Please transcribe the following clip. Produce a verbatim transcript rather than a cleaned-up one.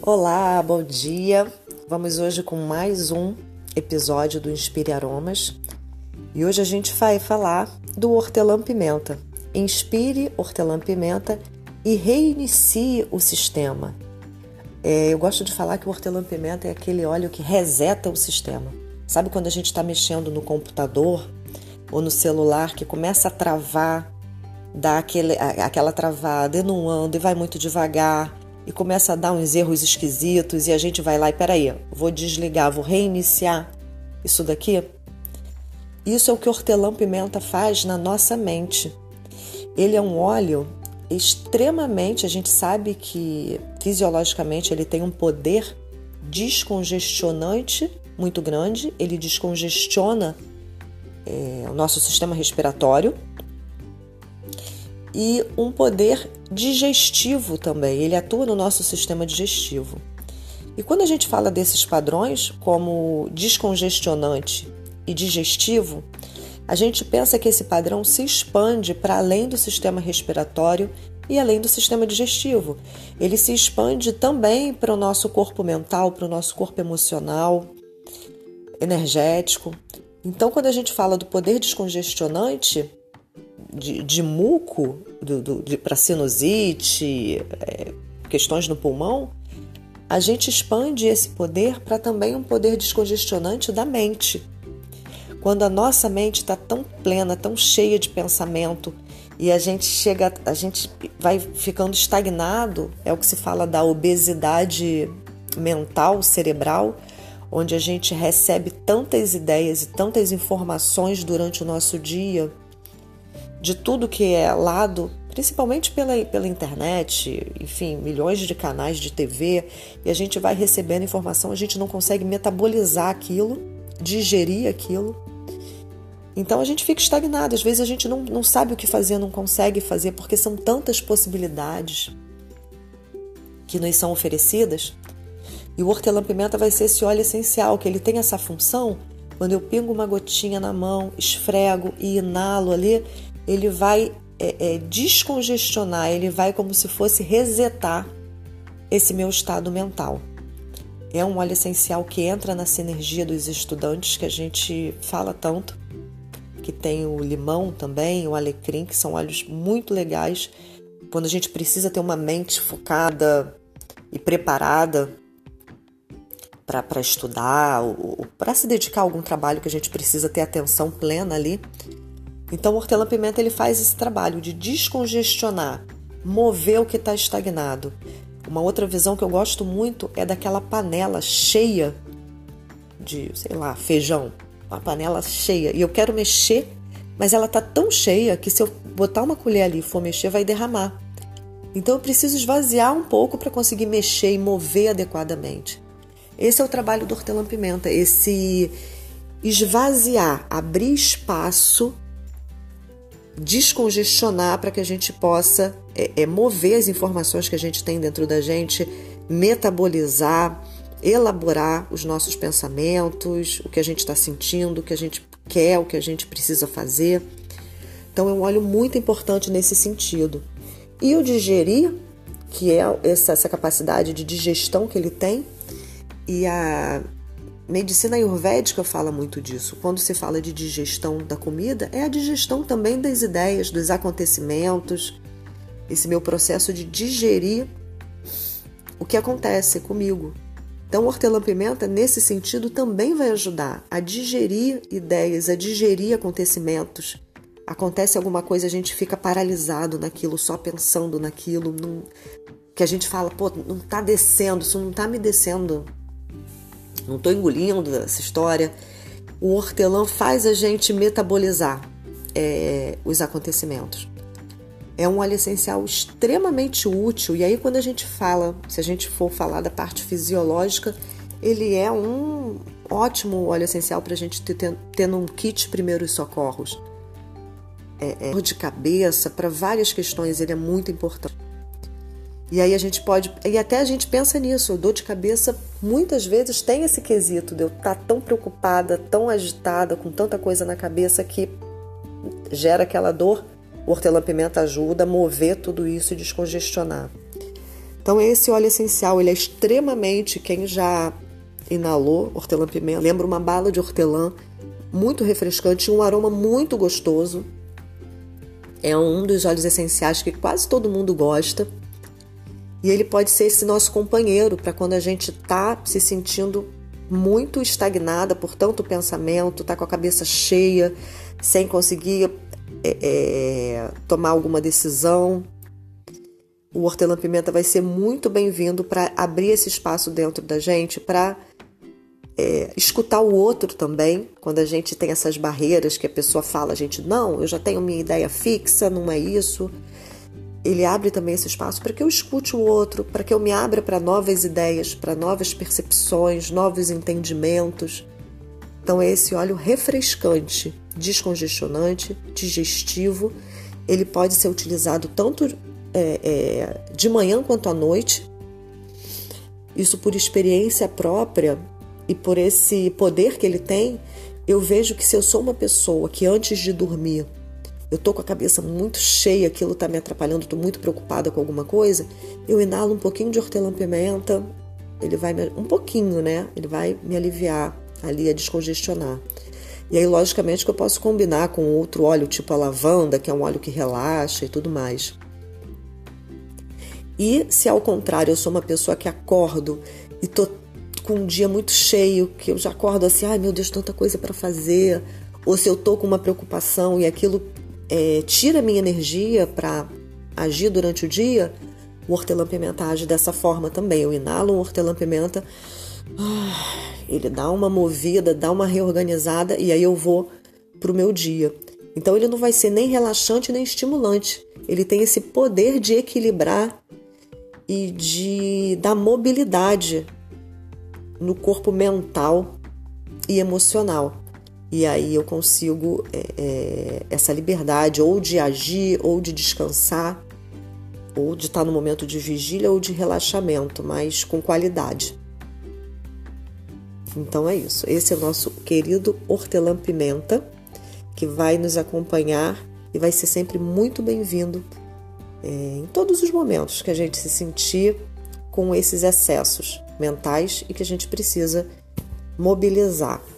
Olá, bom dia! Vamos hoje com mais um episódio do Inspire Aromas e hoje a gente vai falar do hortelã-pimenta. Inspire hortelã-pimenta e reinicie o sistema. É, eu gosto de falar que o hortelã-pimenta é aquele óleo que reseta o sistema. Sabe quando a gente está mexendo no computador ou no celular que começa a travar, dá aquele, aquela travada e não anda e vai muito devagar, e começa a dar uns erros esquisitos e a gente vai lá e peraí, vou desligar, vou reiniciar isso daqui. Isso é o que o hortelã-pimenta faz na nossa mente. Ele é um óleo extremamente, a gente sabe que fisiologicamente ele tem um poder descongestionante muito grande, ele descongestiona é, o nosso sistema respiratório e um poder digestivo também, ele atua no nosso sistema digestivo. E quando a gente fala desses padrões, como descongestionante e digestivo, a gente pensa que esse padrão se expande para além do sistema respiratório e além do sistema digestivo. Ele se expande também para o nosso corpo mental, para o nosso corpo emocional, energético. Então, quando a gente fala do poder descongestionante, De, de muco, para sinusite, é, questões no pulmão, a gente expande esse poder para também um poder descongestionante da mente. Quando a nossa mente está tão plena, tão cheia de pensamento e a gente chega, a gente vai ficando estagnado, é o que se fala da obesidade mental, cerebral, onde a gente recebe tantas ideias e tantas informações durante o nosso dia, de tudo que é lado, principalmente pela, pela internet, enfim, milhões de canais de T V, e a gente vai recebendo informação, a gente não consegue metabolizar aquilo, digerir aquilo. Então a gente fica estagnado, às vezes a gente não, não sabe o que fazer, não consegue fazer, porque são tantas possibilidades que nos são oferecidas. E o hortelã-pimenta vai ser esse óleo essencial, que ele tem essa função, quando eu pingo uma gotinha na mão, esfrego e inalo ali, ele vai é, é, descongestionar, ele vai como se fosse resetar esse meu estado mental. É um óleo essencial que entra na sinergia dos estudantes, que a gente fala tanto, que tem o limão também, o alecrim, que são óleos muito legais, quando a gente precisa ter uma mente focada e preparada para estudar, ou para se dedicar a algum trabalho que a gente precisa ter atenção plena ali. Então o hortelã-pimenta ele faz esse trabalho de descongestionar, mover o que está estagnado. Uma outra visão que eu gosto muito é daquela panela cheia de, sei lá, feijão. Uma panela cheia. E eu quero mexer, mas ela está tão cheia que se eu botar uma colher ali e for mexer, vai derramar. Então eu preciso esvaziar um pouco para conseguir mexer e mover adequadamente. Esse é o trabalho do hortelã-pimenta, esse esvaziar, abrir espaço, descongestionar para que a gente possa é, é, mover as informações que a gente tem dentro da gente, metabolizar, elaborar os nossos pensamentos, o que a gente está sentindo, o que a gente quer, o que a gente precisa fazer. Então é um óleo muito importante nesse sentido. E o digerir, que é essa, essa capacidade de digestão que ele tem, e a medicina ayurvédica fala muito disso. Quando se fala de digestão da comida, é a digestão também das ideias, dos acontecimentos, esse meu processo de digerir o que acontece comigo. Então, o hortelã-pimenta, nesse sentido, também vai ajudar a digerir ideias, a digerir acontecimentos. Acontece alguma coisa, a gente fica paralisado naquilo, só pensando naquilo, num... que a gente fala, pô, não tá descendo, isso não tá me descendo. Não estou engolindo essa história. O hortelã faz a gente metabolizar é, os acontecimentos. É um óleo essencial extremamente útil. E aí, quando a gente fala, se a gente for falar da parte fisiológica, ele é um ótimo óleo essencial para a gente ter, ter num kit primeiros socorros. É, é, dor de cabeça, para várias questões, ele é muito importante. E aí a gente pode, e até a gente pensa nisso, dor de cabeça muitas vezes tem esse quesito de eu estar tão preocupada, tão agitada, com tanta coisa na cabeça que gera aquela dor. O hortelã-pimenta ajuda a mover tudo isso e descongestionar. Então esse óleo essencial, ele é extremamente, quem já inalou hortelã-pimenta, lembra uma bala de hortelã, muito refrescante, um aroma muito gostoso. É um dos óleos essenciais que quase todo mundo gosta. E ele pode ser esse nosso companheiro para quando a gente está se sentindo muito estagnada por tanto pensamento, está com a cabeça cheia, sem conseguir é, é, tomar alguma decisão. O hortelã-pimenta vai ser muito bem-vindo para abrir esse espaço dentro da gente, para é, escutar o outro também, quando a gente tem essas barreiras que a pessoa fala, a gente, não, eu já tenho minha ideia fixa, não é isso. Ele abre também esse espaço para que eu escute o outro, para que eu me abra para novas ideias, para novas percepções, novos entendimentos. Então é esse óleo refrescante, descongestionante, digestivo. Ele pode ser utilizado tanto é, é, de manhã quanto à noite. Isso por experiência própria e por esse poder que ele tem. Eu vejo que se eu sou uma pessoa que antes de dormir eu tô com a cabeça muito cheia, aquilo tá me atrapalhando, tô muito preocupada com alguma coisa, eu inalo um pouquinho de hortelã-pimenta, ele vai me, um pouquinho, né? Ele vai me aliviar ali, a descongestionar. E aí, logicamente, que eu posso combinar com outro óleo, tipo a lavanda, que é um óleo que relaxa e tudo mais. E se ao contrário, eu sou uma pessoa que acordo e tô com um dia muito cheio, que eu já acordo assim, ai meu Deus, tanta coisa para fazer, ou se eu tô com uma preocupação e aquilo É, tira minha energia para agir durante o dia, o hortelã-pimenta age dessa forma também. Eu inalo um hortelã-pimenta, ele dá uma movida, dá uma reorganizada e aí eu vou pro meu dia. Então ele não vai ser nem relaxante nem estimulante. Ele tem esse poder de equilibrar e de dar mobilidade no corpo mental e emocional. E aí eu consigo é, é, essa liberdade ou de agir, ou de descansar, ou de estar no momento de vigília ou de relaxamento, mas com qualidade. Então é isso. Esse é o nosso querido hortelã-pimenta, que vai nos acompanhar e vai ser sempre muito bem-vindo é, em todos os momentos que a gente se sentir com esses excessos mentais e que a gente precisa mobilizar.